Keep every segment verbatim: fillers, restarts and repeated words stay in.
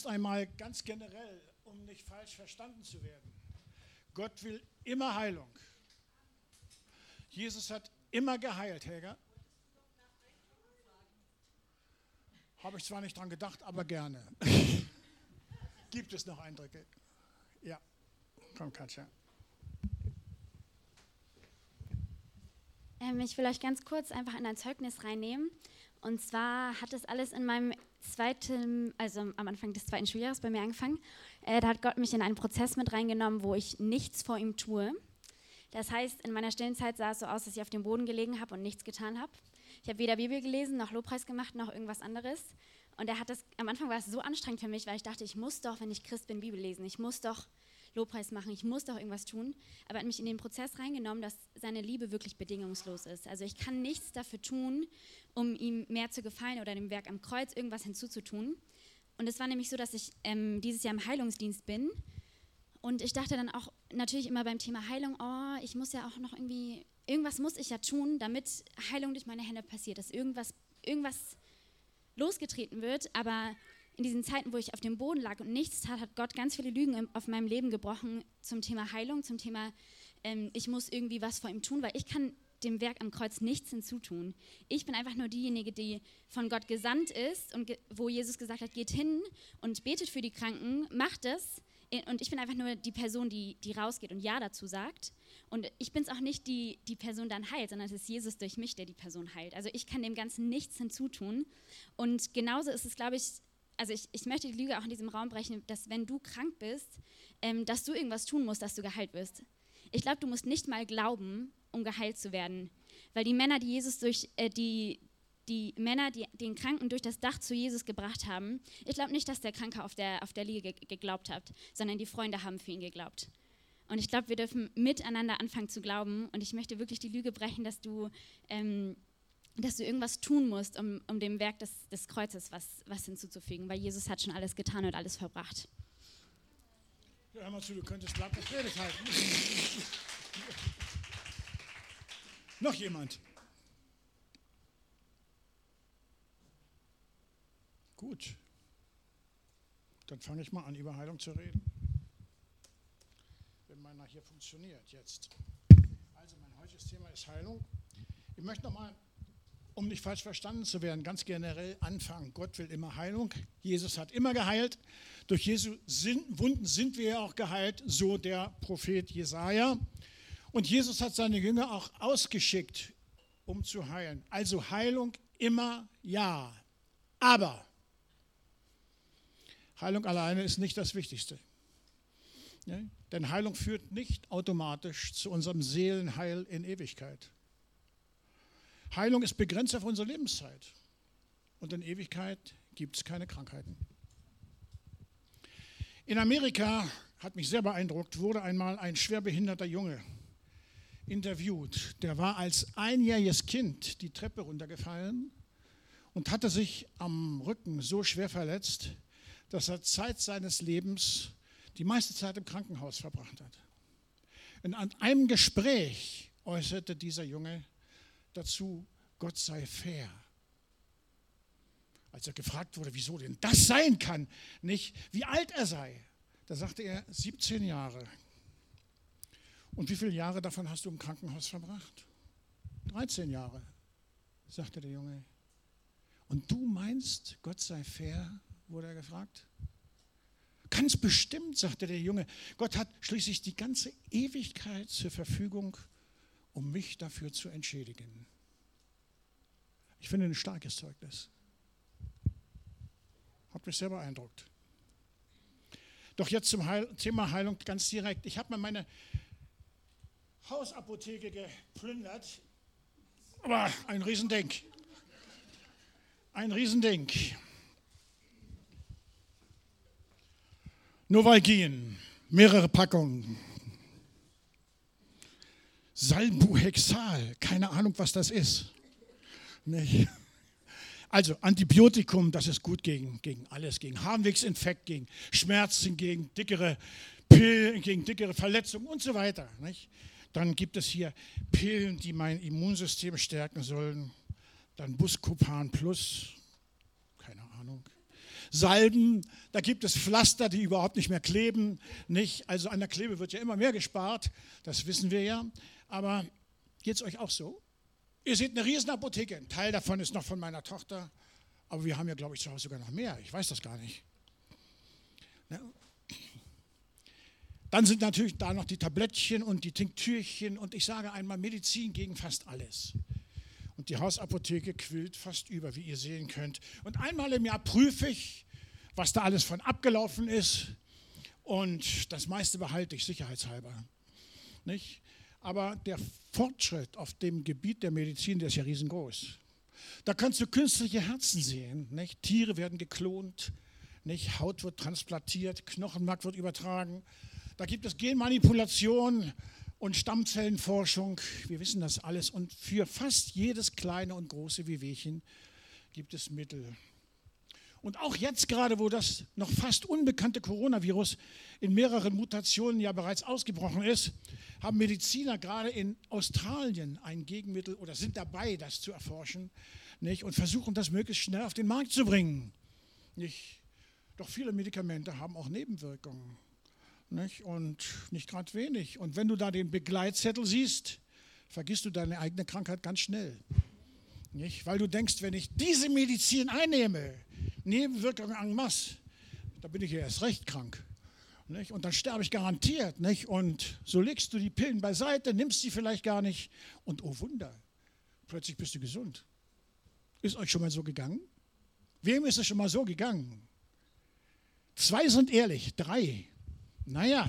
Einmal ganz generell, um nicht falsch verstanden zu werden. Gott will immer Heilung. Jesus hat immer geheilt, Helga. Habe ich zwar nicht dran gedacht, aber gerne. Gibt es noch Eindrücke? Ja, komm Katja. Ähm, ich will euch ganz kurz einfach in ein Zeugnis reinnehmen. Und zwar hat das alles in meinem zweiten, also am Anfang des zweiten Schuljahres bei mir angefangen. Äh, da hat Gott mich in einen Prozess mit reingenommen, wo ich nichts vor ihm tue. Das heißt, in meiner stillen Zeit sah es so aus, dass ich auf dem Boden gelegen habe und nichts getan habe. Ich habe weder Bibel gelesen, noch Lobpreis gemacht, noch irgendwas anderes. Und er hat das, am Anfang war es so anstrengend für mich, weil ich dachte, ich muss doch, wenn ich Christ bin, Bibel lesen. Ich muss doch Lobpreis machen, ich muss doch irgendwas tun. Aber er hat mich in den Prozess reingenommen, dass seine Liebe wirklich bedingungslos ist. Also ich kann nichts dafür tun, um ihm mehr zu gefallen oder dem Werk am Kreuz irgendwas hinzuzutun. Und es war nämlich so, dass ich ähm, dieses Jahr im Heilungsdienst bin. Und ich dachte dann auch natürlich immer beim Thema Heilung, oh, ich muss ja auch noch irgendwie, irgendwas muss ich ja tun, damit Heilung durch meine Hände passiert, dass irgendwas, irgendwas losgetreten wird. Aber in diesen Zeiten, wo ich auf dem Boden lag und nichts tat, hat Gott ganz viele Lügen auf meinem Leben gebrochen zum Thema Heilung, zum Thema, ähm, ich muss irgendwie was vor ihm tun, weil ich kann dem Werk am Kreuz nichts hinzutun. Ich bin einfach nur diejenige, die von Gott gesandt ist und ge- wo Jesus gesagt hat, geht hin und betet für die Kranken, macht es. Und ich bin einfach nur die Person, die, die rausgeht und Ja dazu sagt. Und ich bin es auch nicht, die die Person dann heilt, sondern es ist Jesus durch mich, der die Person heilt. Also ich kann dem Ganzen nichts hinzutun. Und genauso ist es, glaube ich, also ich, ich möchte die Lüge auch in diesem Raum brechen, dass wenn du krank bist, ähm, dass du irgendwas tun musst, dass du geheilt wirst. Ich glaube, du musst nicht mal glauben, um geheilt zu werden. Weil die Männer, die Jesus durch, äh, die, die Männer, die den Kranken durch das Dach zu Jesus gebracht haben, ich glaube nicht, dass der Kranke auf der, auf der Liege ge- geglaubt hat, sondern die Freunde haben für ihn geglaubt. Und ich glaube, wir dürfen miteinander anfangen zu glauben. Und ich möchte wirklich die Lüge brechen, dass du, ähm, dass du irgendwas tun musst, um, um dem Werk des, des Kreuzes was, was hinzuzufügen. Weil Jesus hat schon alles getan und alles verbracht. Ja, hör mal zu, du könntest laut das Predigt halten. Noch jemand? Gut. Dann fange ich mal an, über Heilung zu reden. Wenn meiner hier funktioniert jetzt. Also mein heutiges Thema ist Heilung. Ich möchte nochmal, um nicht falsch verstanden zu werden, ganz generell anfangen. Gott will immer Heilung. Jesus hat immer geheilt. Durch Jesu Wunden sind wir ja auch geheilt, so der Prophet Jesaja. Und Jesus hat seine Jünger auch ausgeschickt, um zu heilen. Also Heilung immer ja. Aber Heilung alleine ist nicht das Wichtigste. Ja? Denn Heilung führt nicht automatisch zu unserem Seelenheil in Ewigkeit. Heilung ist begrenzt auf unsere Lebenszeit. Und in Ewigkeit gibt es keine Krankheiten. In Amerika, hat mich sehr beeindruckt, wurde einmal ein schwerbehinderter Junge interviewt. Der war als einjähriges Kind die Treppe runtergefallen und hatte sich am Rücken so schwer verletzt, dass er Zeit seines Lebens die meiste Zeit im Krankenhaus verbracht hat. In einem Gespräch äußerte dieser Junge dazu, Gott sei fair. Als er gefragt wurde, wieso denn das sein kann, nicht wie alt er sei, da sagte er siebzehn Jahre. Und wie viele Jahre davon hast du im Krankenhaus verbracht? dreizehn Jahre, sagte der Junge. Und du meinst, Gott sei fair, wurde er gefragt. Ganz bestimmt, sagte der Junge. Gott hat schließlich die ganze Ewigkeit zur Verfügung, um mich dafür zu entschädigen. Ich finde ein starkes Zeugnis. Hat mich sehr beeindruckt. Doch jetzt zum Heil- Thema Heilung ganz direkt. Ich habe mal meine Hausapotheke geplündert. Aber ein Riesending. Ein Riesending. Novalgin, mehrere Packungen. Salbuhexal, keine Ahnung, was das ist. Nicht? Also Antibiotikum, das ist gut gegen, gegen alles, gegen Harnwegsinfekt, gegen Schmerzen, gegen dickere Pillen, gegen dickere Verletzungen und so weiter. Nicht? Dann gibt es hier Pillen, die mein Immunsystem stärken sollen. Dann Buscopan Plus, keine Ahnung. Salben, da gibt es Pflaster, die überhaupt nicht mehr kleben. Nicht? Also an der Klebe wird ja immer mehr gespart, das wissen wir ja. Aber geht es euch auch so? Ihr seht eine Riesenapotheke, ein Teil davon ist noch von meiner Tochter, aber wir haben ja, glaube ich, zu Hause sogar noch mehr, ich weiß das gar nicht. Ja. Dann sind natürlich da noch die Tablettchen und die Tinktürchen und ich sage einmal Medizin gegen fast alles. Und die Hausapotheke quillt fast über, wie ihr sehen könnt. Und einmal im Jahr prüfe ich, was da alles von abgelaufen ist. Und das meiste behalte ich sicherheitshalber. Nicht? Aber der Fortschritt auf dem Gebiet der Medizin, der ist ja riesengroß. Da kannst du künstliche Herzen sehen. Nicht? Tiere werden geklont, nicht? Haut wird transplantiert, Knochenmark wird übertragen. Da gibt es Genmanipulation und Stammzellenforschung. Wir wissen das alles. Und für fast jedes kleine und große Wehwehchen gibt es Mittel. Und auch jetzt gerade, wo das noch fast unbekannte Coronavirus in mehreren Mutationen ja bereits ausgebrochen ist, haben Mediziner gerade in Australien ein Gegenmittel oder sind dabei, das zu erforschen, nicht? Und versuchen, das möglichst schnell auf den Markt zu bringen. Nicht? Doch viele Medikamente haben auch Nebenwirkungen. Nicht? Und nicht gerade wenig. Und wenn du da den Begleitzettel siehst, vergisst du deine eigene Krankheit ganz schnell. Nicht? Weil du denkst, wenn ich diese Medizin einnehme, Nebenwirkungen en masse, da bin ich ja erst recht krank. Nicht? Und dann sterbe ich garantiert. Nicht? Und so legst du die Pillen beiseite, nimmst sie vielleicht gar nicht und oh Wunder, plötzlich bist du gesund. Ist euch schon mal so gegangen? Wem ist es schon mal so gegangen? Zwei sind ehrlich, drei. Naja,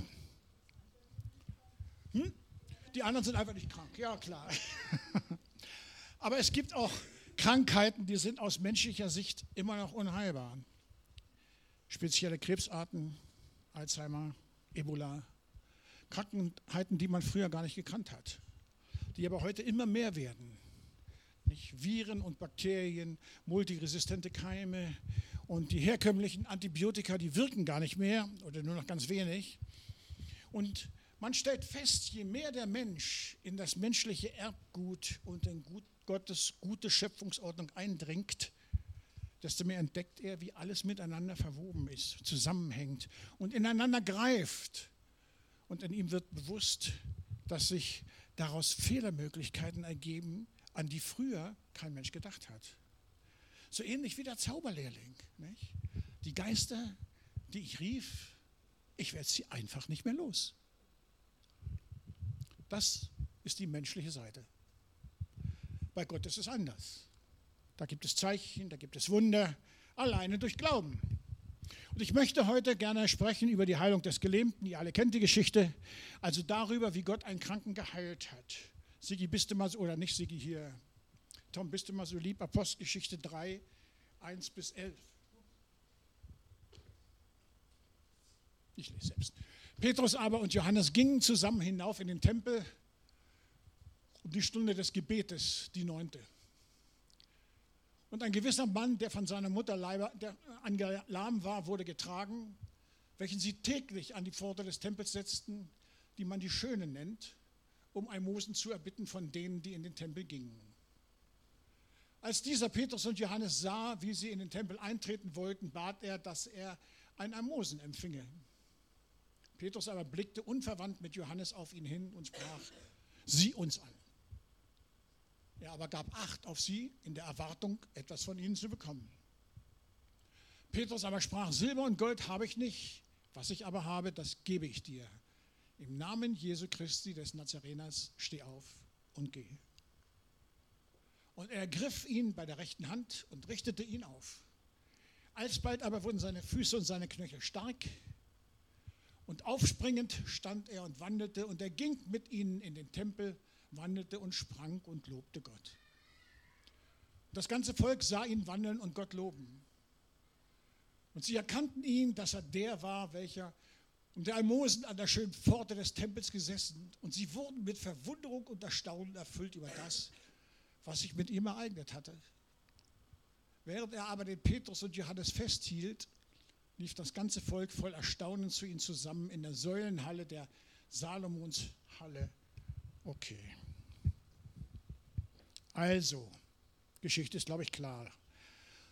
hm? Die anderen sind einfach nicht krank, ja klar. Aber es gibt auch Krankheiten, die sind aus menschlicher Sicht immer noch unheilbar. Spezielle Krebsarten, Alzheimer, Ebola, Krankheiten, die man früher gar nicht gekannt hat, die aber heute immer mehr werden. Nicht? Viren und Bakterien, multiresistente Keime und die herkömmlichen Antibiotika, die wirken gar nicht mehr oder nur noch ganz wenig. Und man stellt fest, je mehr der Mensch in das menschliche Erbgut und in Gottes gute Schöpfungsordnung eindringt, desto mehr entdeckt er, wie alles miteinander verwoben ist, zusammenhängt und ineinander greift. Und in ihm wird bewusst, dass sich daraus Fehlermöglichkeiten ergeben, an die früher kein Mensch gedacht hat. So ähnlich wie der Zauberlehrling. Nicht? Die Geister, die ich rief, ich werde sie einfach nicht mehr los. Das ist die menschliche Seite. Bei Gott ist es anders. Da gibt es Zeichen, da gibt es Wunder, alleine durch Glauben. Und ich möchte heute gerne sprechen über die Heilung des Gelähmten. Ihr alle kennt die Geschichte. Also darüber, wie Gott einen Kranken geheilt hat. Sigi, bist du mal so, oder nicht Sigi hier, Tom, bist du mal so lieb, Apostelgeschichte drei, eins bis elf. Ich lese selbst. Petrus aber und Johannes gingen zusammen hinauf in den Tempel um die Stunde des Gebetes, die neunte. Und ein gewisser Mann, der von seiner Mutter der lahm war, wurde getragen, welchen sie täglich an die Pforte des Tempels setzten, die man die Schöne nennt, um Almosen zu erbitten von denen, die in den Tempel gingen. Als dieser Petrus und Johannes sah, wie sie in den Tempel eintreten wollten, bat er, dass er ein Almosen empfinge. Petrus aber blickte unverwandt mit Johannes auf ihn hin und sprach, sieh uns an. Er aber gab Acht auf sie, in der Erwartung, etwas von ihnen zu bekommen. Petrus aber sprach, Silber und Gold habe ich nicht, was ich aber habe, das gebe ich dir. Im Namen Jesu Christi des Nazareners, steh auf und geh. Und er ergriff ihn bei der rechten Hand und richtete ihn auf. Alsbald aber wurden seine Füße und seine Knöchel stark. Und aufspringend stand er und wandelte, und er ging mit ihnen in den Tempel, wandelte und sprang und lobte Gott. Das ganze Volk sah ihn wandeln und Gott loben. Und sie erkannten ihn, dass er der war, welcher um der Almosen an der schönen Pforte des Tempels gesessen, und sie wurden mit Verwunderung und Erstaunen erfüllt über das, was sich mit ihm ereignet hatte. Während er aber den Petrus und Johannes festhielt, lief das ganze Volk voll Erstaunen zu ihnen zusammen in der Säulenhalle der Salomonshalle. Okay. Also, Geschichte ist, glaube ich, klar.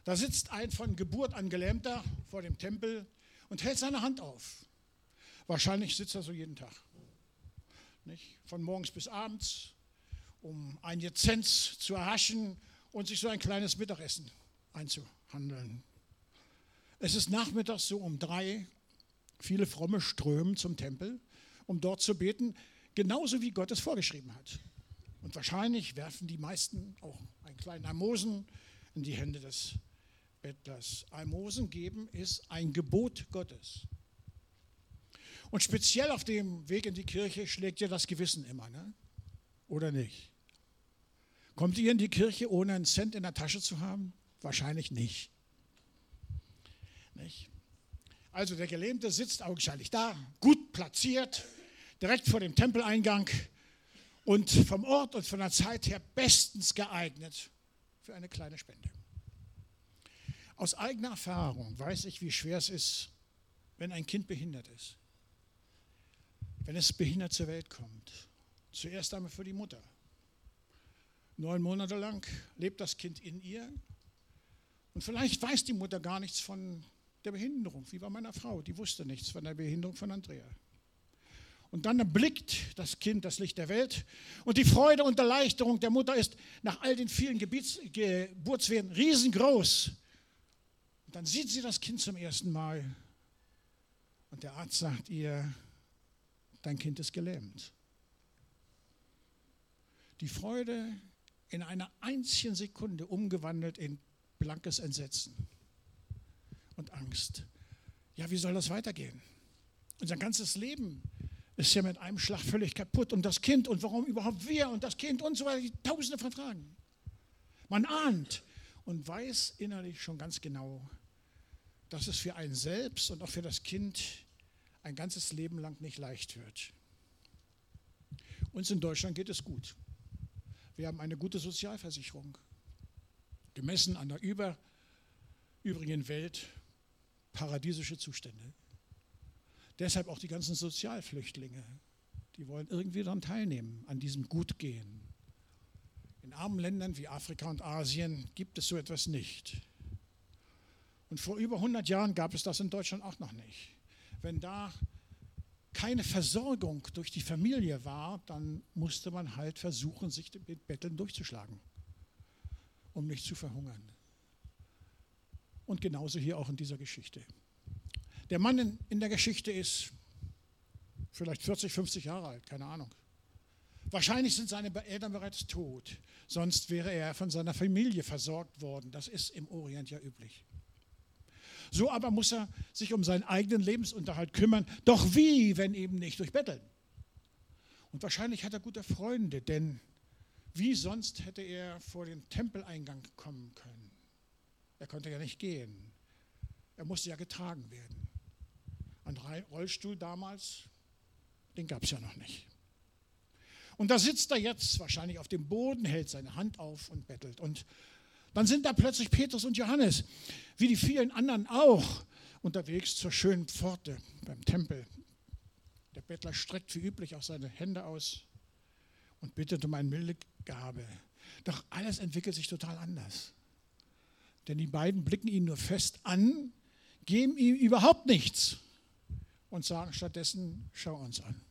Da sitzt ein von Geburt an Gelähmter vor dem Tempel und hält seine Hand auf. Wahrscheinlich sitzt er so jeden Tag. Nicht? Von morgens bis abends, um ein Lizenz zu erhaschen und sich so ein kleines Mittagessen einzuhandeln. Es ist nachmittags so um drei. Viele Fromme strömen zum Tempel, um dort zu beten, genauso wie Gott es vorgeschrieben hat. Und wahrscheinlich werfen die meisten auch einen kleinen Almosen in die Hände des Bettlers. Almosen geben ist ein Gebot Gottes. Und speziell auf dem Weg in die Kirche schlägt ja das Gewissen immer, ne? Oder nicht? Kommt ihr in die Kirche, ohne einen Cent in der Tasche zu haben? Wahrscheinlich nicht. Nicht? Also der Gelähmte sitzt augenscheinlich da, gut platziert, direkt vor dem Tempeleingang und vom Ort und von der Zeit her bestens geeignet für eine kleine Spende. Aus eigener Erfahrung weiß ich, wie schwer es ist, wenn ein Kind behindert ist. Wenn es behindert zur Welt kommt. Zuerst einmal für die Mutter. Neun Monate lang lebt das Kind in ihr und vielleicht weiß die Mutter gar nichts von der Behinderung, wie bei meiner Frau. Die wusste nichts von der Behinderung von Andrea. Und dann erblickt das Kind das Licht der Welt und die Freude und Erleichterung der Mutter ist nach all den vielen Gebiets- Geburtswehen riesengroß. Und dann sieht sie das Kind zum ersten Mal und der Arzt sagt ihr, dein Kind ist gelähmt. Die Freude in einer einzigen Sekunde umgewandelt in blankes Entsetzen und Angst. Ja, wie soll das weitergehen? Unser ganzes Leben ist ja mit einem Schlag völlig kaputt. Und das Kind und warum überhaupt wir und das Kind und so weiter, tausende von Fragen. Man ahnt und weiß innerlich schon ganz genau, dass es für einen selbst und auch für das Kind ein ganzes Leben lang nicht leicht wird. Uns in Deutschland geht es gut. Wir haben eine gute Sozialversicherung. Gemessen an der über, übrigen Welt paradiesische Zustände. Deshalb auch die ganzen Sozialflüchtlinge, die wollen irgendwie daran teilnehmen, an diesem Gutgehen. In armen Ländern wie Afrika und Asien gibt es so etwas nicht. Und vor über hundert Jahren gab es das in Deutschland auch noch nicht. Wenn da keine Versorgung durch die Familie war, dann musste man halt versuchen, sich mit Betteln durchzuschlagen, um nicht zu verhungern. Und genauso hier auch in dieser Geschichte. Der Mann in, in der Geschichte ist vielleicht vierzig, fünfzig Jahre alt, keine Ahnung. Wahrscheinlich sind seine Eltern bereits tot, sonst wäre er von seiner Familie versorgt worden. Das ist im Orient ja üblich. So aber muss er sich um seinen eigenen Lebensunterhalt kümmern. Doch wie, wenn eben nicht durch Betteln? Und wahrscheinlich hat er gute Freunde, denn wie sonst hätte er vor den Tempeleingang kommen können? Er konnte ja nicht gehen. Er musste ja getragen werden. Ein Rollstuhl damals, den gab es ja noch nicht. Und da sitzt er jetzt wahrscheinlich auf dem Boden, hält seine Hand auf und bettelt. Und dann sind da plötzlich Petrus und Johannes, wie die vielen anderen auch, unterwegs zur schönen Pforte beim Tempel. Der Bettler streckt wie üblich auch seine Hände aus und bittet um eine milde Gabe. Doch alles entwickelt sich total anders. Denn die beiden blicken ihn nur fest an, geben ihm überhaupt nichts und sagen stattdessen, schau uns an.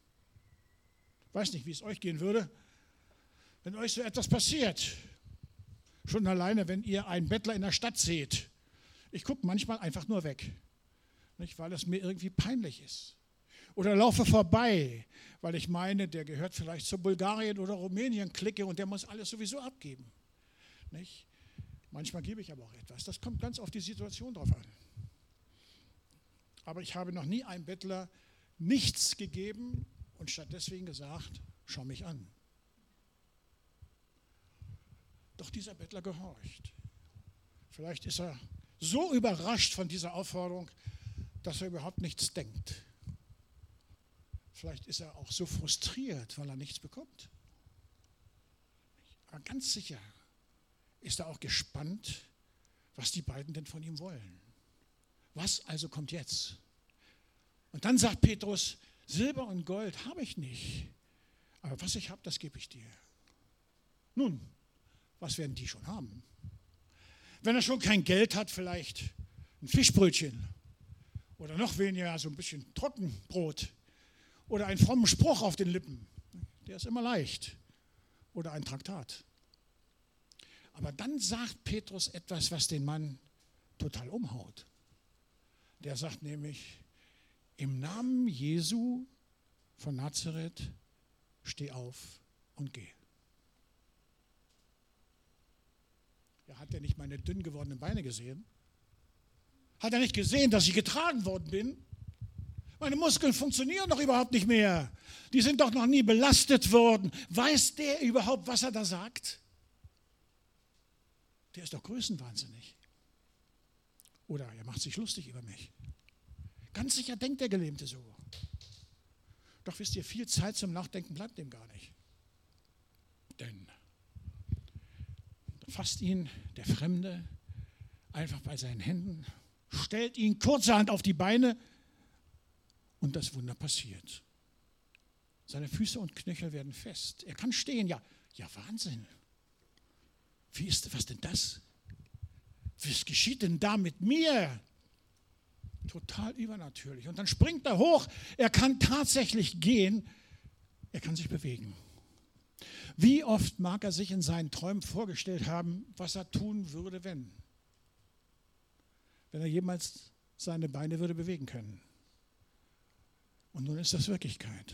Ich weiß nicht, wie es euch gehen würde, wenn euch so etwas passiert. Schon alleine, wenn ihr einen Bettler in der Stadt seht. Ich gucke manchmal einfach nur weg, nicht, weil es mir irgendwie peinlich ist. Oder laufe vorbei, weil ich meine, der gehört vielleicht zur Bulgarien- oder Rumänien-Clique und der muss alles sowieso abgeben. Nicht? Manchmal gebe ich aber auch etwas. Das kommt ganz auf die Situation drauf an. Aber ich habe noch nie einem Bettler nichts gegeben und statt deswegen gesagt, schau mich an. Doch dieser Bettler gehorcht. Vielleicht ist er so überrascht von dieser Aufforderung, dass er überhaupt nichts denkt. Vielleicht ist er auch so frustriert, weil er nichts bekommt. Aber ganz sicher ist er auch gespannt, was die beiden denn von ihm wollen. Was also kommt jetzt? Und dann sagt Petrus, Silber und Gold habe ich nicht, aber was ich habe, das gebe ich dir. Nun, was werden die schon haben? Wenn er schon kein Geld hat, vielleicht ein Fischbrötchen oder noch weniger so ein bisschen Trockenbrot oder einen frommen Spruch auf den Lippen. Der ist immer leicht. Oder ein Traktat. Aber dann sagt Petrus etwas, was den Mann total umhaut. Der sagt nämlich, im Namen Jesu von Nazareth, steh auf und geh. Ja, hat er nicht meine dünn gewordenen Beine gesehen? Hat er nicht gesehen, dass ich getragen worden bin? Meine Muskeln funktionieren doch überhaupt nicht mehr. Die sind doch noch nie belastet worden. Weiß der überhaupt, was er da sagt? Der ist doch größenwahnsinnig. Oder er macht sich lustig über mich. Ganz sicher denkt der Gelähmte so. Doch wisst ihr, viel Zeit zum Nachdenken bleibt dem gar nicht. Denn da fasst ihn der Fremde einfach bei seinen Händen, stellt ihn kurzerhand auf die Beine und das Wunder passiert. Seine Füße und Knöchel werden fest. Er kann stehen. Ja, ja, Wahnsinn. Wie ist, was denn das? Was geschieht denn da mit mir? Total übernatürlich. Und dann springt er hoch. Er kann tatsächlich gehen. Er kann sich bewegen. Wie oft mag er sich in seinen Träumen vorgestellt haben, was er tun würde, wenn? Wenn er jemals seine Beine würde bewegen können. Und nun ist das Wirklichkeit.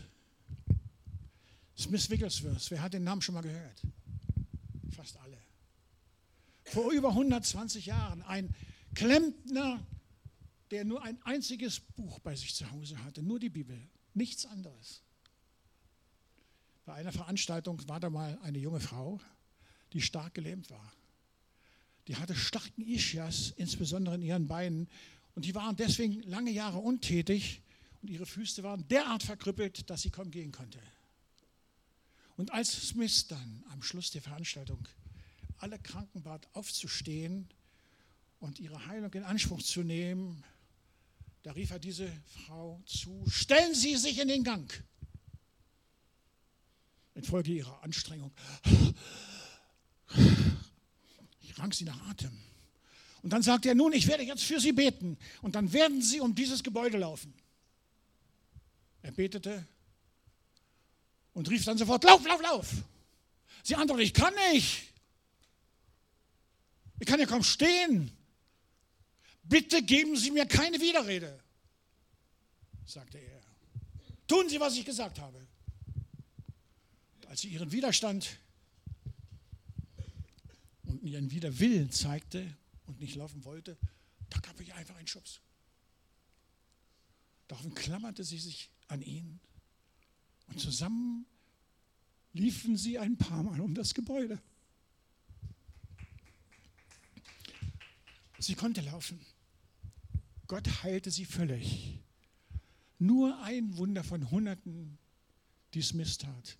Smith Wigglesworth, wer hat den Namen schon mal gehört? Fast alle. Vor über hundertzwanzig Jahren ein Klempner, der nur ein einziges Buch bei sich zu Hause hatte, nur die Bibel, nichts anderes. Bei einer Veranstaltung war da mal eine junge Frau, die stark gelähmt war. Die hatte starken Ischias, insbesondere in ihren Beinen, und die waren deswegen lange Jahre untätig und ihre Füße waren derart verkrüppelt, dass sie kaum gehen konnte. Und als Smith dann am Schluss der Veranstaltung alle Kranken bat, aufzustehen und ihre Heilung in Anspruch zu nehmen, da rief er diese Frau zu, stellen Sie sich in den Gang. Infolge ihrer Anstrengung rang sie nach Atem. Und dann sagte er, nun, ich werde jetzt für Sie beten und dann werden Sie um dieses Gebäude laufen. Er betete und rief dann sofort, lauf, lauf, lauf. Sie antwortete, ich kann nicht. Ich kann ja kaum stehen. Bitte geben Sie mir keine Widerrede, sagte er. Tun Sie, was ich gesagt habe. Als sie ihren Widerstand und ihren Widerwillen zeigte und nicht laufen wollte, da gab ich einfach einen Schubs. Daraufhin klammerte sie sich an ihn und zusammen liefen sie ein paar Mal um das Gebäude. Sie konnte laufen. Gott heilte sie völlig. Nur ein Wunder von Hunderten, die Smith tat.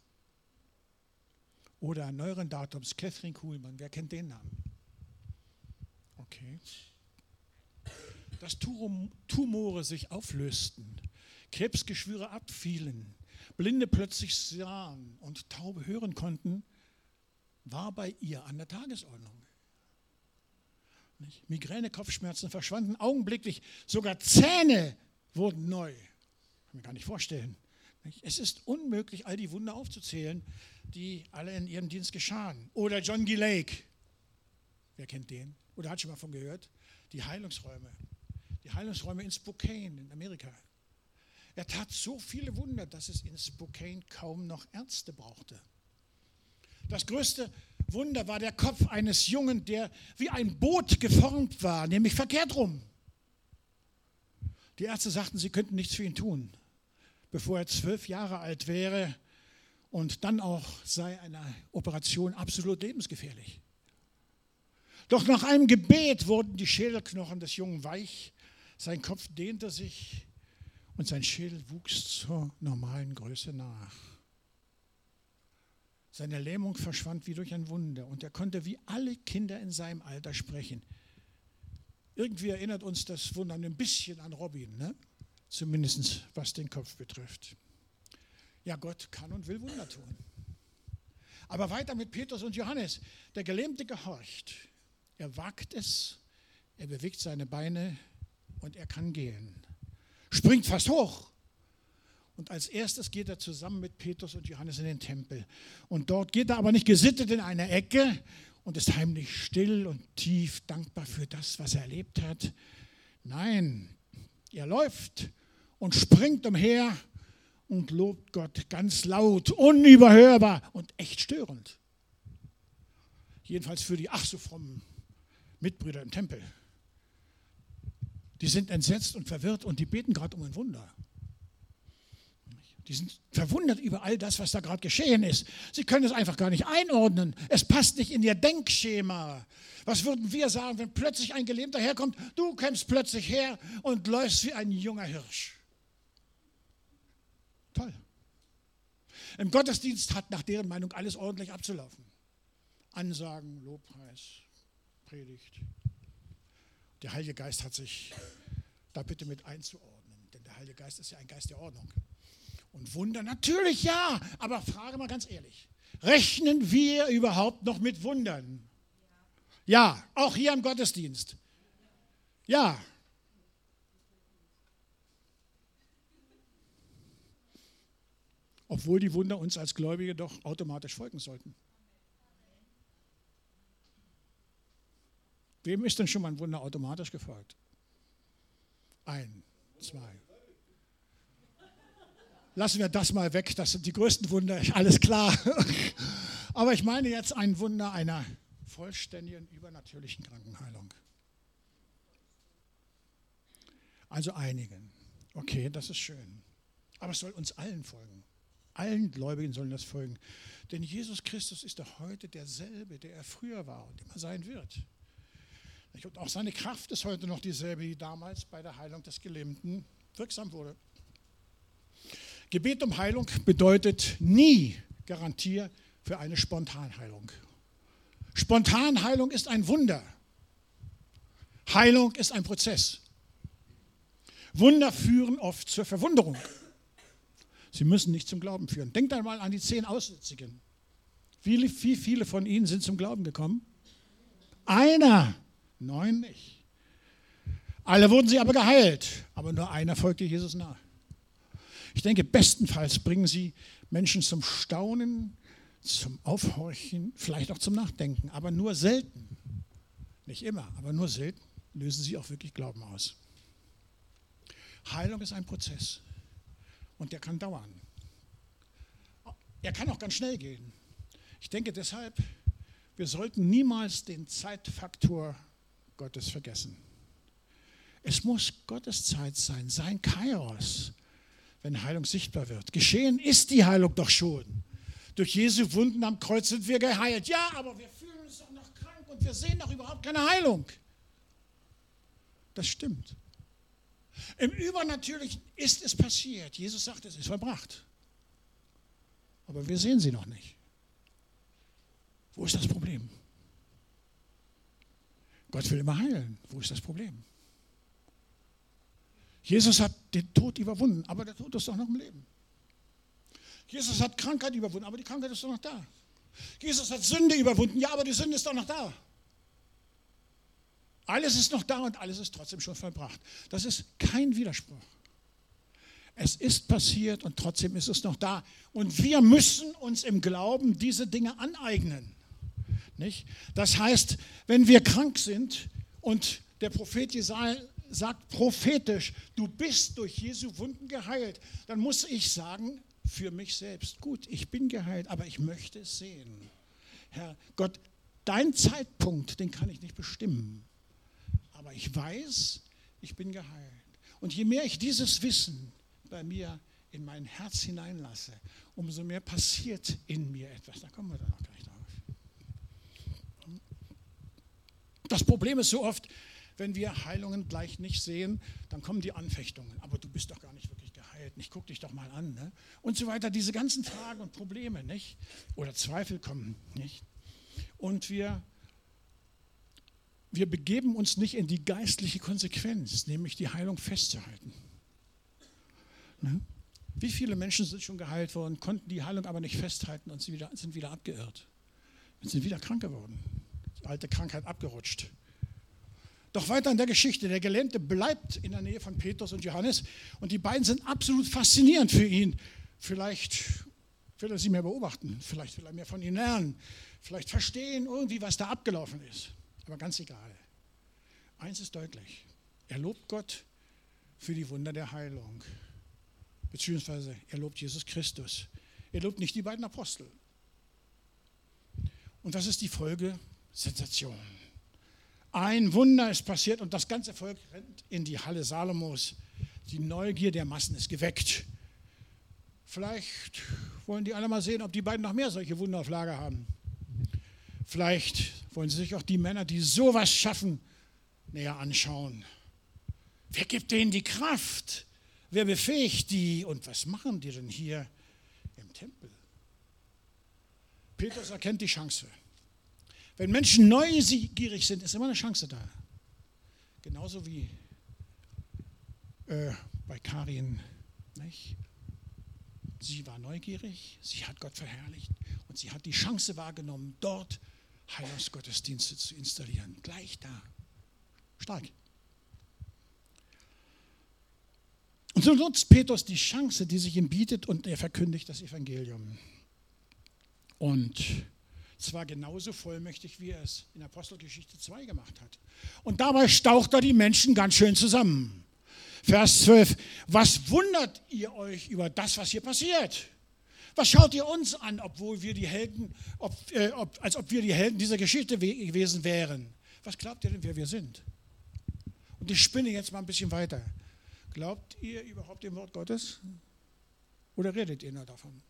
Oder neueren Datums, Catherine Kuhlmann, wer kennt den Namen? Okay. Dass Tumore sich auflösten, Krebsgeschwüre abfielen, Blinde plötzlich sahen und Taube hören konnten, war bei ihr an der Tagesordnung. Nicht? Migräne, Kopfschmerzen verschwanden augenblicklich, sogar Zähne wurden neu. Kann man gar nicht vorstellen. Nicht? Es ist unmöglich, all die Wunder aufzuzählen, die alle in ihrem Dienst geschahen. Oder John G. Lake, wer kennt den? Oder hat schon mal von gehört? Die Heilungsräume. Die Heilungsräume in Spokane in Amerika. Er tat so viele Wunder, dass es in Spokane kaum noch Ärzte brauchte. Das größte Wunder war der Kopf eines Jungen, der wie ein Boot geformt war, nämlich verkehrt rum. Die Ärzte sagten, sie könnten nichts für ihn tun, bevor er zwölf Jahre alt wäre und dann auch sei eine Operation absolut lebensgefährlich. Doch nach einem Gebet wurden die Schädelknochen des Jungen weich, sein Kopf dehnte sich und sein Schädel wuchs zur normalen Größe nach. Seine Lähmung verschwand wie durch ein Wunder und er konnte wie alle Kinder in seinem Alter sprechen. Irgendwie erinnert uns das Wunder ein bisschen an Robin, ne? Zumindest was den Kopf betrifft. Ja, Gott kann und will Wunder tun. Aber weiter mit Petrus und Johannes. Der Gelähmte gehorcht. Er wagt es, er bewegt seine Beine und er kann gehen. Springt fast hoch. Und als erstes geht er zusammen mit Petrus und Johannes in den Tempel. Und dort geht er aber nicht gesittet in eine Ecke und ist heimlich still und tief dankbar für das, was er erlebt hat. Nein, er läuft und springt umher und lobt Gott ganz laut, unüberhörbar und echt störend. Jedenfalls für die ach so frommen Mitbrüder im Tempel. Die sind entsetzt und verwirrt und die beten gerade um ein Wunder. Die sind verwundert über all das, was da gerade geschehen ist. Sie können es einfach gar nicht einordnen. Es passt nicht in ihr Denkschema. Was würden wir sagen, wenn plötzlich ein Gelähmter herkommt? Du kommst plötzlich her und läufst wie ein junger Hirsch. Toll. Im Gottesdienst hat nach deren Meinung alles ordentlich abzulaufen. Ansagen, Lobpreis, Predigt. Der Heilige Geist hat sich da bitte mit einzuordnen, denn der Heilige Geist ist ja ein Geist der Ordnung. Und Wunder, natürlich ja, aber frage mal ganz ehrlich, rechnen wir überhaupt noch mit Wundern? Ja, auch hier im Gottesdienst. Ja. Obwohl die Wunder uns als Gläubige doch automatisch folgen sollten. Wem ist denn schon mal ein Wunder automatisch gefolgt? Ein, zwei. Lassen wir das mal weg, das sind die größten Wunder, alles klar. Aber ich meine jetzt ein Wunder einer vollständigen, übernatürlichen Krankenheilung. Also einigen. Okay, das ist schön. Aber es soll uns allen folgen. Allen Gläubigen sollen das folgen. Denn Jesus Christus ist doch heute derselbe, der er früher war und immer sein wird. Und auch seine Kraft ist heute noch dieselbe, die damals bei der Heilung des Gelähmten wirksam wurde. Gebet um Heilung bedeutet nie Garantie für eine Spontanheilung. Spontanheilung ist ein Wunder. Heilung ist ein Prozess. Wunder führen oft zur Verwunderung. Sie müssen nicht zum Glauben führen. Denkt einmal an die zehn Aussätzigen. Wie, wie viele von ihnen sind zum Glauben gekommen? Einer. Neun nicht. Alle wurden sie aber geheilt, aber nur einer folgte Jesus nach. Ich denke, bestenfalls bringen sie Menschen zum Staunen, zum Aufhorchen, vielleicht auch zum Nachdenken, aber nur selten. Nicht immer, aber nur selten lösen sie auch wirklich Glauben aus. Heilung ist ein Prozess und der kann dauern. Er kann auch ganz schnell gehen. Ich denke deshalb, wir sollten niemals den Zeitfaktor Gottes vergessen. Es muss Gottes Zeit sein, sein Kairos, wenn Heilung sichtbar wird. Geschehen ist die Heilung doch schon. Durch Jesu Wunden am Kreuz sind wir geheilt. Ja, aber wir fühlen uns doch noch krank und wir sehen doch überhaupt keine Heilung. Das stimmt. Im Übernatürlichen ist es passiert. Jesus sagt, es ist vollbracht. Aber wir sehen sie noch nicht. Wo ist das Problem? Gott will immer heilen. Wo ist das Problem? Jesus hat den Tod überwunden, aber der Tod ist doch noch im Leben. Jesus hat Krankheit überwunden, aber die Krankheit ist doch noch da. Jesus hat Sünde überwunden, ja, aber die Sünde ist doch noch da. Alles ist noch da und alles ist trotzdem schon vollbracht. Das ist kein Widerspruch. Es ist passiert und trotzdem ist es noch da. Und wir müssen uns im Glauben diese Dinge aneignen. Nicht? Das heißt, wenn wir krank sind und der Prophet Jesaja sagt prophetisch, du bist durch Jesu Wunden geheilt, dann muss ich sagen, für mich selbst, gut, ich bin geheilt, aber ich möchte es sehen. Herr Gott, dein Zeitpunkt, den kann ich nicht bestimmen. Aber ich weiß, ich bin geheilt. Und je mehr ich dieses Wissen bei mir in mein Herz hineinlasse, umso mehr passiert in mir etwas. Da kommen wir dann noch gleich drauf. Das Problem ist so oft, wenn wir Heilungen gleich nicht sehen, dann kommen die Anfechtungen. Aber du bist doch gar nicht wirklich geheilt. Ich guck dich doch mal an. Ne? Und so weiter. Diese ganzen Fragen und Probleme, nicht? Oder Zweifel kommen, nicht? Und wir, wir begeben uns nicht in die geistliche Konsequenz, nämlich die Heilung festzuhalten. Ne? Wie viele Menschen sind schon geheilt worden, konnten die Heilung aber nicht festhalten und sie wieder, sind wieder abgeirrt. Und sind wieder krank geworden. alte Krankheit abgerutscht. Doch weiter in der Geschichte, der Gelähmte bleibt in der Nähe von Petrus und Johannes und die beiden sind absolut faszinierend für ihn. Vielleicht will er sie mehr beobachten, vielleicht will er mehr von ihnen lernen, vielleicht verstehen irgendwie, was da abgelaufen ist. Aber ganz egal. Eins ist deutlich, er lobt Gott für die Wunder der Heilung, beziehungsweise er lobt Jesus Christus. Er lobt nicht die beiden Apostel. Und das ist die Folge: Sensation. Ein Wunder ist passiert und das ganze Volk rennt in die Halle Salomos. Die Neugier der Massen ist geweckt. Vielleicht wollen die alle mal sehen, ob die beiden noch mehr solche Wunder auf Lager haben. Vielleicht wollen sie sich auch die Männer, die sowas schaffen, näher anschauen. Wer gibt denen die Kraft? Wer befähigt die? Und was machen die denn hier im Tempel? Petrus erkennt die Chance. Wenn Menschen neugierig sind, ist immer eine Chance da. Genauso wie äh, bei Karin. Nicht? Sie war neugierig, sie hat Gott verherrlicht und sie hat die Chance wahrgenommen, dort Heilungsgottesdienste zu installieren. Gleich da. Stark. Und so nutzt Petrus die Chance, die sich ihm bietet, und er verkündigt das Evangelium. Und zwar genauso vollmächtig, wie er es in Apostelgeschichte zwei gemacht hat. Und dabei staucht er die Menschen ganz schön zusammen. Vers zwölf, was wundert ihr euch über das, was hier passiert? Was schaut ihr uns an, obwohl wir die Helden, ob, äh, ob, als ob wir die Helden dieser Geschichte we- gewesen wären? Was glaubt ihr denn, wer wir sind? Und ich spinne jetzt mal ein bisschen weiter. Glaubt ihr überhaupt dem Wort Gottes? Oder redet ihr nur davon?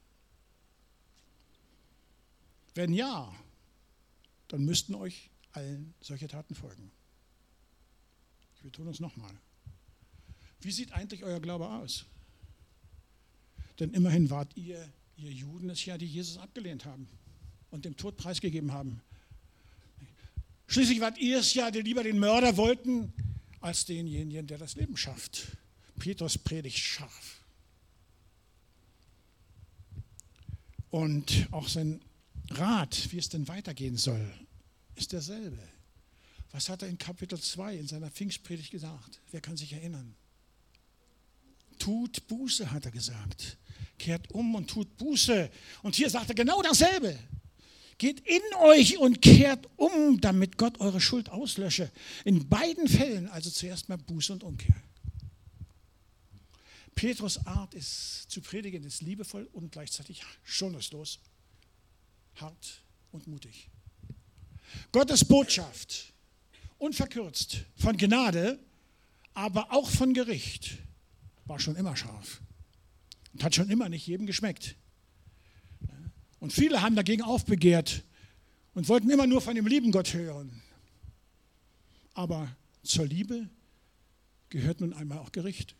Wenn ja, dann müssten euch allen solche Taten folgen. Ich betone es nochmal. Wie sieht eigentlich euer Glaube aus? Denn immerhin wart ihr, ihr Juden, es ja, die Jesus abgelehnt haben und dem Tod preisgegeben haben. Schließlich wart ihr es ja, die lieber den Mörder wollten, als denjenigen, der das Leben schafft. Petrus predigt scharf. Und auch sein Rat, wie es denn weitergehen soll, ist derselbe. Was hat er in Kapitel zwei in seiner Pfingstpredigt gesagt? Wer kann sich erinnern? Tut Buße, hat er gesagt. Kehrt um und tut Buße. Und hier sagt er genau dasselbe. Geht in euch und kehrt um, damit Gott eure Schuld auslösche. In beiden Fällen also zuerst mal Buße und Umkehr. Petrus' Art ist zu predigen, ist liebevoll und gleichzeitig schonungslos, hart und mutig. Gottes Botschaft, unverkürzt, von Gnade, aber auch von Gericht, war schon immer scharf und hat schon immer nicht jedem geschmeckt. Und viele haben dagegen aufbegehrt und wollten immer nur von dem lieben Gott hören. Aber zur Liebe gehört nun einmal auch Gericht.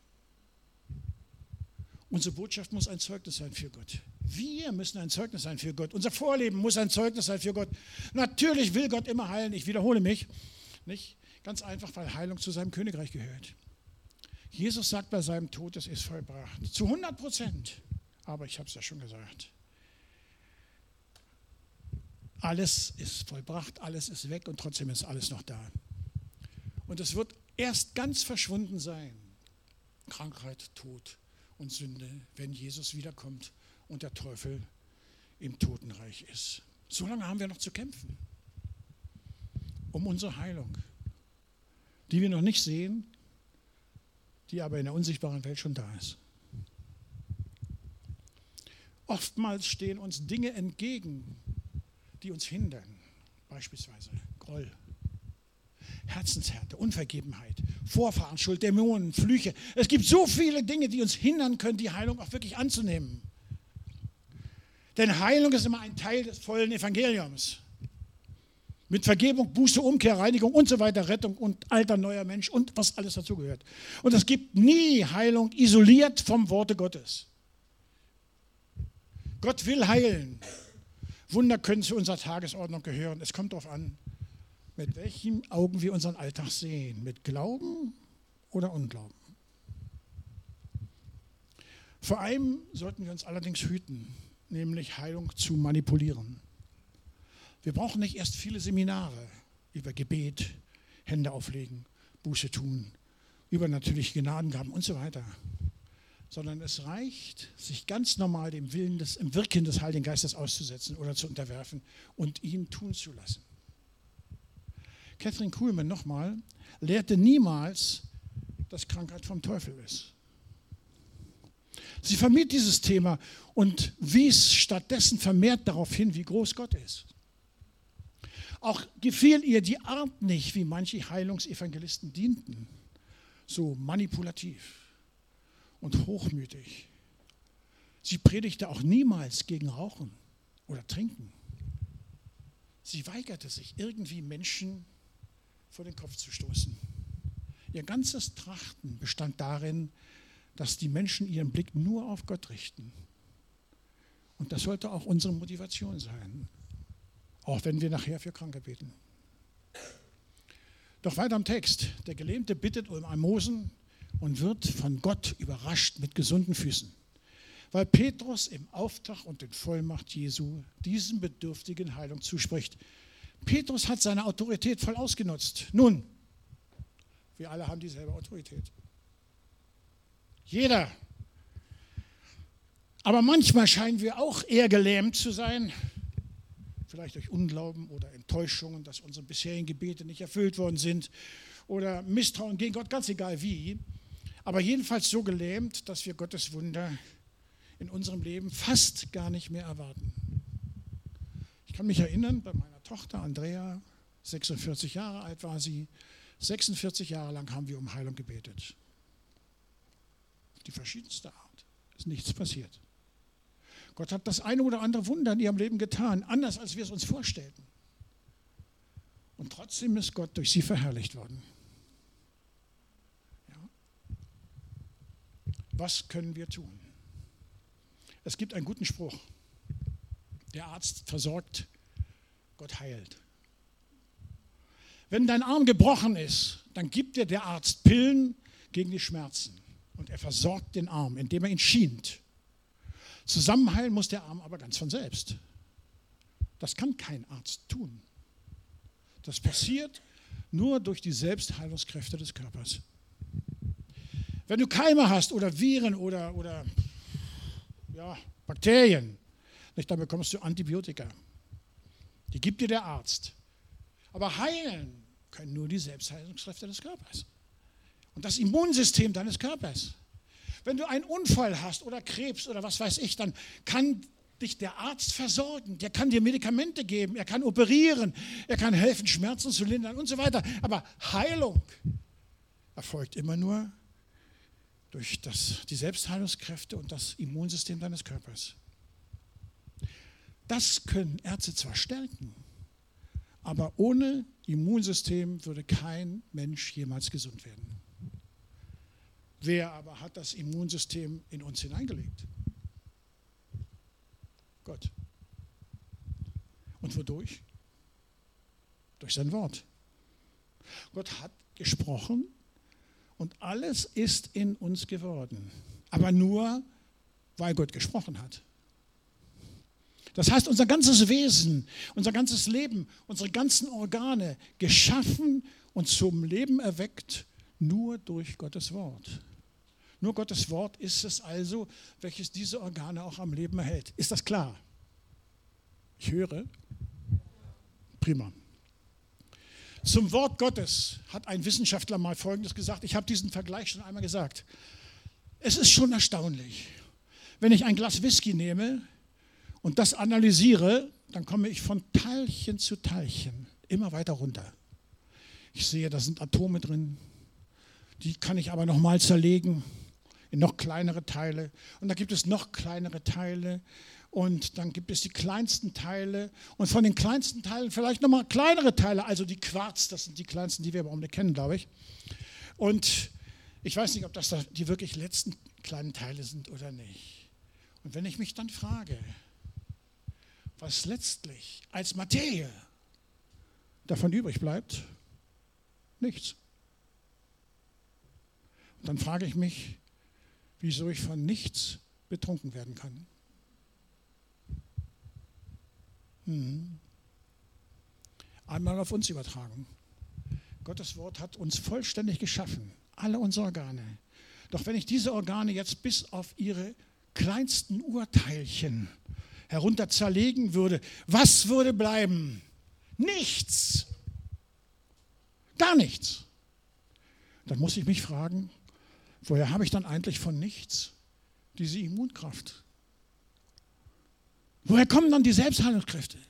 Unsere Botschaft muss ein Zeugnis sein für Gott. Wir müssen ein Zeugnis sein für Gott. Unser Vorleben muss ein Zeugnis sein für Gott. Natürlich will Gott immer heilen. Ich wiederhole mich. Nicht? Ganz einfach, weil Heilung zu seinem Königreich gehört. Jesus sagt bei seinem Tod, es ist vollbracht. Zu hundert Prozent. Aber ich habe es ja schon gesagt. Alles ist vollbracht, alles ist weg und trotzdem ist alles noch da. Und es wird erst ganz verschwunden sein. Krankheit, Tod und Sünde, wenn Jesus wiederkommt und der Teufel im Totenreich ist. So lange haben wir noch zu kämpfen. Um unsere Heilung, die wir noch nicht sehen, die aber in der unsichtbaren Welt schon da ist. Oftmals stehen uns Dinge entgegen, die uns hindern. Beispielsweise Groll, Herzenshärte, Unvergebenheit, Vorfahrenschuld, Dämonen, Flüche. Es gibt so viele Dinge, die uns hindern können, die Heilung auch wirklich anzunehmen. Denn Heilung ist immer ein Teil des vollen Evangeliums. Mit Vergebung, Buße, Umkehr, Reinigung und so weiter, Rettung und alter neuer Mensch und was alles dazugehört. Und es gibt nie Heilung isoliert vom Worte Gottes. Gott will heilen. Wunder können zu unserer Tagesordnung gehören. Es kommt darauf an, mit welchen Augen wir unseren Alltag sehen. Mit Glauben oder Unglauben. Vor allem sollten wir uns allerdings hüten, nämlich Heilung zu manipulieren. Wir brauchen nicht erst viele Seminare über Gebet, Hände auflegen, Buße tun, übernatürliche Gnadengaben und so weiter. Sondern es reicht, sich ganz normal dem Willen des, im Wirken des Heiligen Geistes auszusetzen oder zu unterwerfen und ihn tun zu lassen. Kathryn Kuhlman nochmal lehrte niemals, dass Krankheit vom Teufel ist. Sie vermied dieses Thema und wies stattdessen vermehrt darauf hin, wie groß Gott ist. Auch gefiel ihr die Art nicht, wie manche Heilungsevangelisten dienten, so manipulativ und hochmütig. Sie predigte auch niemals gegen Rauchen oder Trinken. Sie weigerte sich, irgendwie Menschen vor den Kopf zu stoßen. Ihr ganzes Trachten bestand darin, dass die Menschen ihren Blick nur auf Gott richten. Und das sollte auch unsere Motivation sein, auch wenn wir nachher für Kranke beten. Doch weiter im Text. Der Gelähmte bittet um Almosen und wird von Gott überrascht mit gesunden Füßen, weil Petrus im Auftrag und in Vollmacht Jesu diesem Bedürftigen Heilung zuspricht. Petrus hat seine Autorität voll ausgenutzt. Nun, wir alle haben dieselbe Autorität. Jeder. Aber manchmal scheinen wir auch eher gelähmt zu sein, vielleicht durch Unglauben oder Enttäuschungen, dass unsere bisherigen Gebete nicht erfüllt worden sind oder Misstrauen gegen Gott, ganz egal wie. Aber jedenfalls so gelähmt, dass wir Gottes Wunder in unserem Leben fast gar nicht mehr erwarten. Ich kann mich erinnern, bei meiner Tochter Andrea, sechsundvierzig Jahre alt war sie, sechsundvierzig Jahre lang haben wir um Heilung gebetet. Auf die verschiedenste Art. Ist nichts passiert. Gott hat das eine oder andere Wunder in ihrem Leben getan, anders als wir es uns vorstellten. Und trotzdem ist Gott durch sie verherrlicht worden. Ja. Was können wir tun? Es gibt einen guten Spruch. Der Arzt versorgt, Gott heilt. Wenn dein Arm gebrochen ist, dann gibt dir der Arzt Pillen gegen die Schmerzen. Und er versorgt den Arm, indem er ihn schient. Zusammenheilen muss der Arm aber ganz von selbst. Das kann kein Arzt tun. Das passiert nur durch die Selbstheilungskräfte des Körpers. Wenn du Keime hast oder Viren oder, oder ja, Bakterien, nicht, dann bekommst du Antibiotika. Die gibt dir der Arzt. Aber heilen können nur die Selbstheilungskräfte des Körpers. Und das Immunsystem deines Körpers. Wenn du einen Unfall hast oder Krebs oder was weiß ich, dann kann dich der Arzt versorgen. Der kann dir Medikamente geben, er kann operieren, er kann helfen, Schmerzen zu lindern und so weiter. Aber Heilung erfolgt immer nur durch das, die Selbstheilungskräfte und das Immunsystem deines Körpers. Das können Ärzte zwar stärken, aber ohne Immunsystem würde kein Mensch jemals gesund werden. Wer aber hat das Immunsystem in uns hineingelegt? Gott. Und wodurch? Durch sein Wort. Gott hat gesprochen und alles ist in uns geworden. Aber nur, weil Gott gesprochen hat. Das heißt, unser ganzes Wesen, unser ganzes Leben, unsere ganzen Organe geschaffen und zum Leben erweckt, nur durch Gottes Wort. Nur Gottes Wort ist es also, welches diese Organe auch am Leben erhält. Ist das klar? Ich höre. Prima. Zum Wort Gottes hat ein Wissenschaftler mal Folgendes gesagt. Ich habe diesen Vergleich schon einmal gesagt. Es ist schon erstaunlich, wenn ich ein Glas Whisky nehme und das analysiere, dann komme ich von Teilchen zu Teilchen immer weiter runter. Ich sehe, da sind Atome drin, die kann ich aber nochmal zerlegen in noch kleinere Teile. Und da gibt es noch kleinere Teile und dann gibt es die kleinsten Teile und von den kleinsten Teilen vielleicht nochmal kleinere Teile, also die Quarz, das sind die kleinsten, die wir im Augenblick kennen, glaube ich. Und ich weiß nicht, ob das die wirklich letzten kleinen Teile sind oder nicht. Und wenn ich mich dann frage, was letztlich als Materie davon übrig bleibt, nichts. Und dann frage ich mich, wieso ich von nichts betrunken werden kann. Hm. einmal auf uns übertragen. Gottes Wort hat uns vollständig geschaffen, alle unsere Organe. Doch wenn ich diese Organe jetzt bis auf ihre kleinsten Urteilchen herunter zerlegen würde, was würde bleiben? Nichts. Gar nichts. Dann muss ich mich fragen, woher habe ich dann eigentlich von nichts diese Immunkraft? Woher kommen dann die Selbstheilungskräfte?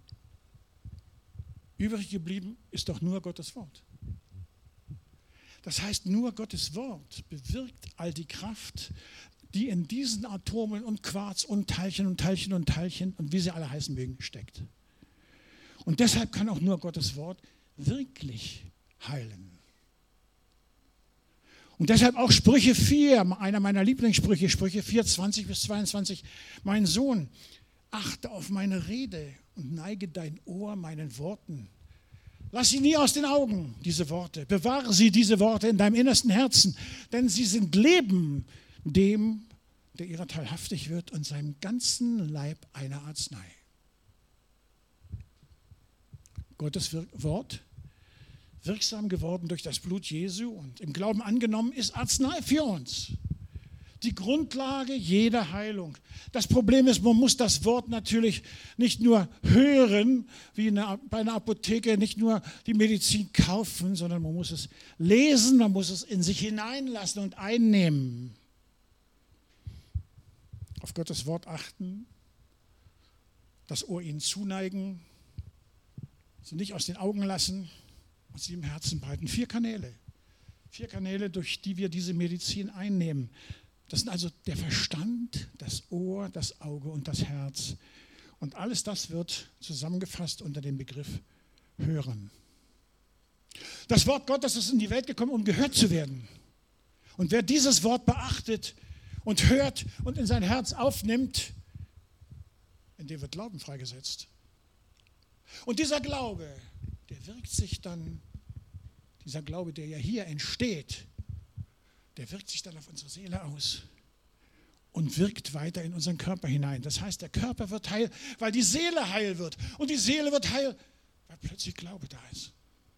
Übrig geblieben ist doch nur Gottes Wort. Das heißt, nur Gottes Wort bewirkt all die Kraft, die in diesen Atomen und Quarz und Teilchen und Teilchen und Teilchen und wie sie alle heißen mögen, steckt. Und deshalb kann auch nur Gottes Wort wirklich heilen. Und deshalb auch Sprüche vier, einer meiner Lieblingssprüche, Sprüche vier, zwanzig bis zweiundzwanzig. Mein Sohn, achte auf meine Rede und neige dein Ohr meinen Worten. Lass sie nie aus den Augen, diese Worte. Bewahre sie, diese Worte, in deinem innersten Herzen, denn sie sind Leben dem, der ihrer teilhaftig wird, und seinem ganzen Leib eine Arznei. Gottes Wort, wirksam geworden durch das Blut Jesu und im Glauben angenommen, ist Arznei für uns. Die Grundlage jeder Heilung. Das Problem ist, man muss das Wort natürlich nicht nur hören, wie eine, bei einer Apotheke, nicht nur die Medizin kaufen, sondern man muss es lesen, man muss es in sich hineinlassen und einnehmen. Auf Gottes Wort achten, das Ohr ihnen zuneigen, sie nicht aus den Augen lassen und sie im Herzen behalten. Vier Kanäle. Vier Kanäle, durch die wir diese Medizin einnehmen. Das sind also der Verstand, das Ohr, das Auge und das Herz. Und alles das wird zusammengefasst unter dem Begriff Hören. Das Wort Gottes ist in die Welt gekommen, um gehört zu werden. Und wer dieses Wort beachtet und hört und in sein Herz aufnimmt, in dem wird Glauben freigesetzt. Und dieser Glaube, der wirkt sich dann, dieser Glaube, der ja hier entsteht, der wirkt sich dann auf unsere Seele aus und wirkt weiter in unseren Körper hinein. Das heißt, der Körper wird heil, weil die Seele heil wird. Und die Seele wird heil, weil plötzlich Glaube da ist.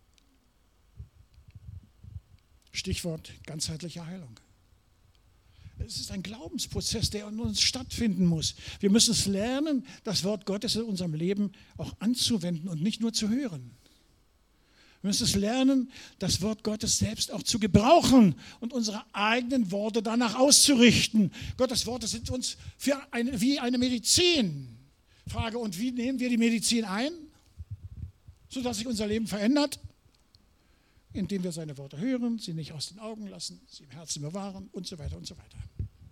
Stichwort ganzheitliche Heilung. Es ist ein Glaubensprozess, der in uns stattfinden muss. Wir müssen es lernen, das Wort Gottes in unserem Leben auch anzuwenden und nicht nur zu hören. Wir müssen es lernen, das Wort Gottes selbst auch zu gebrauchen und unsere eigenen Worte danach auszurichten. Gottes Worte sind uns für eine, wie eine Medizin. Frage, und wie nehmen wir die Medizin ein, sodass sich unser Leben verändert? Indem wir seine Worte hören, sie nicht aus den Augen lassen, sie im Herzen bewahren und so weiter und so weiter.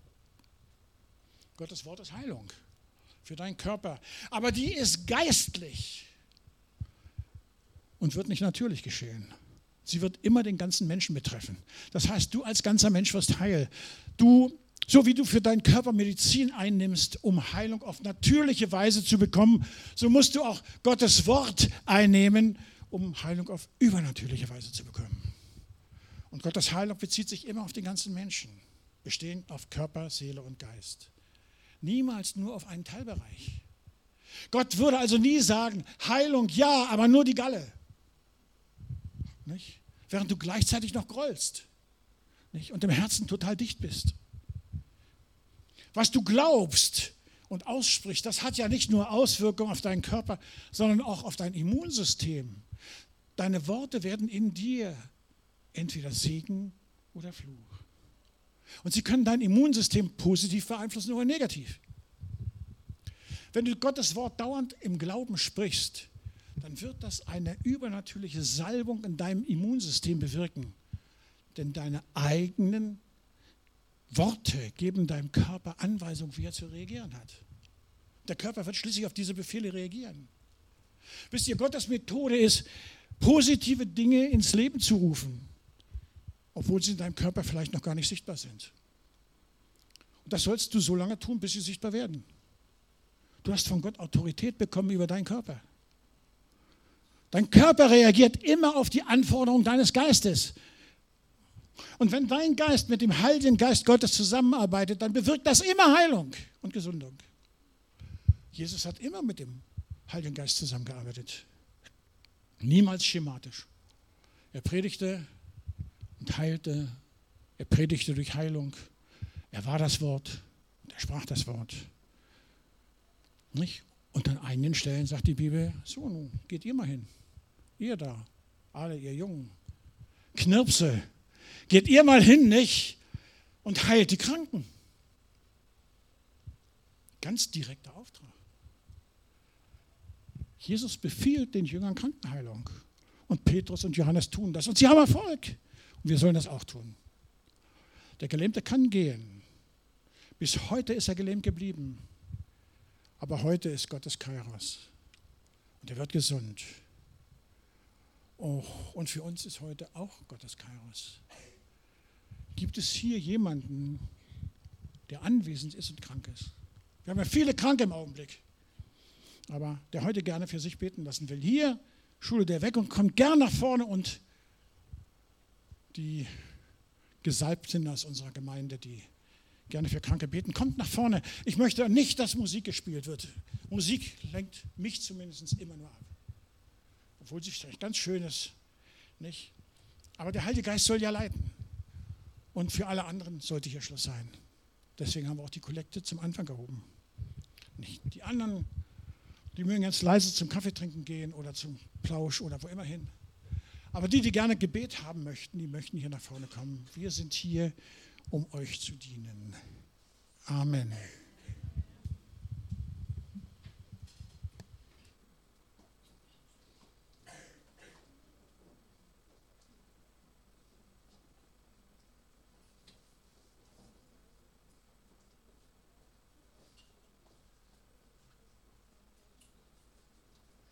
Gottes Wort ist Heilung für deinen Körper, aber die ist geistlich. Und wird nicht natürlich geschehen. Sie wird immer den ganzen Menschen betreffen. Das heißt, du als ganzer Mensch wirst heil. Du, so wie du für deinen Körper Medizin einnimmst, um Heilung auf natürliche Weise zu bekommen, so musst du auch Gottes Wort einnehmen, um Heilung auf übernatürliche Weise zu bekommen. Und Gottes Heilung bezieht sich immer auf den ganzen Menschen, bestehend auf Körper, Seele und Geist. Niemals nur auf einen Teilbereich. Gott würde also nie sagen, Heilung ja, aber nur die Galle. Nicht? Während du gleichzeitig noch grollst, nicht? Und im Herzen total dicht bist. Was du glaubst und aussprichst, das hat ja nicht nur Auswirkungen auf deinen Körper, sondern auch auf dein Immunsystem. Deine Worte werden in dir entweder Segen oder Fluch. Und sie können dein Immunsystem positiv beeinflussen oder negativ. Wenn du Gottes Wort dauernd im Glauben sprichst, dann wird das eine übernatürliche Salbung in deinem Immunsystem bewirken. Denn deine eigenen Worte geben deinem Körper Anweisungen, wie er zu reagieren hat. Der Körper wird schließlich auf diese Befehle reagieren. Wisst ihr, Gottes Methode ist, positive Dinge ins Leben zu rufen, obwohl sie in deinem Körper vielleicht noch gar nicht sichtbar sind. Und das sollst du so lange tun, bis sie sichtbar werden. Du hast von Gott Autorität bekommen über deinen Körper. Dein Körper reagiert immer auf die Anforderungen deines Geistes. Und wenn dein Geist mit dem Heiligen Geist Gottes zusammenarbeitet, dann bewirkt das immer Heilung und Gesundung. Jesus hat immer mit dem Heiligen Geist zusammengearbeitet. Niemals schematisch. Er predigte und heilte. Er predigte durch Heilung. Er war das Wort. Und er sprach das Wort. Nicht? Und an einigen Stellen sagt die Bibel, so, nun geht ihr mal hin. Ihr da, alle ihr Jungen. Knirpse, geht ihr mal hin, nicht? Und heilt die Kranken. Ganz direkter Auftrag. Jesus befiehlt den Jüngern Krankenheilung. Und Petrus und Johannes tun das. Und sie haben Erfolg. Und wir sollen das auch tun. Der Gelähmte kann gehen. Bis heute ist er gelähmt geblieben. Aber heute ist Gottes Kairos. Und er wird gesund. Oh, und für uns ist heute auch Gottes Kairos. Gibt es hier jemanden, der anwesend ist und krank ist? Wir haben ja viele Kranke im Augenblick. Aber der heute gerne für sich beten lassen will. Hier schule der weg und kommt gern nach vorne und die Gesalbten aus unserer Gemeinde, die gerne für Kranke beten, kommt nach vorne. Ich möchte nicht, dass Musik gespielt wird. Musik lenkt mich zumindest immer nur ab. Obwohl es ganz schön ist, nicht? Aber der Heilige Geist soll ja leiten. Und für alle anderen sollte hier Schluss sein. Deswegen haben wir auch die Kollekte zum Anfang gehoben. Nicht die anderen, die mögen jetzt leise zum Kaffee trinken gehen oder zum Plausch oder wo immer hin. Aber die, die gerne Gebet haben möchten, die möchten hier nach vorne kommen. Wir sind hier, um euch zu dienen. Amen.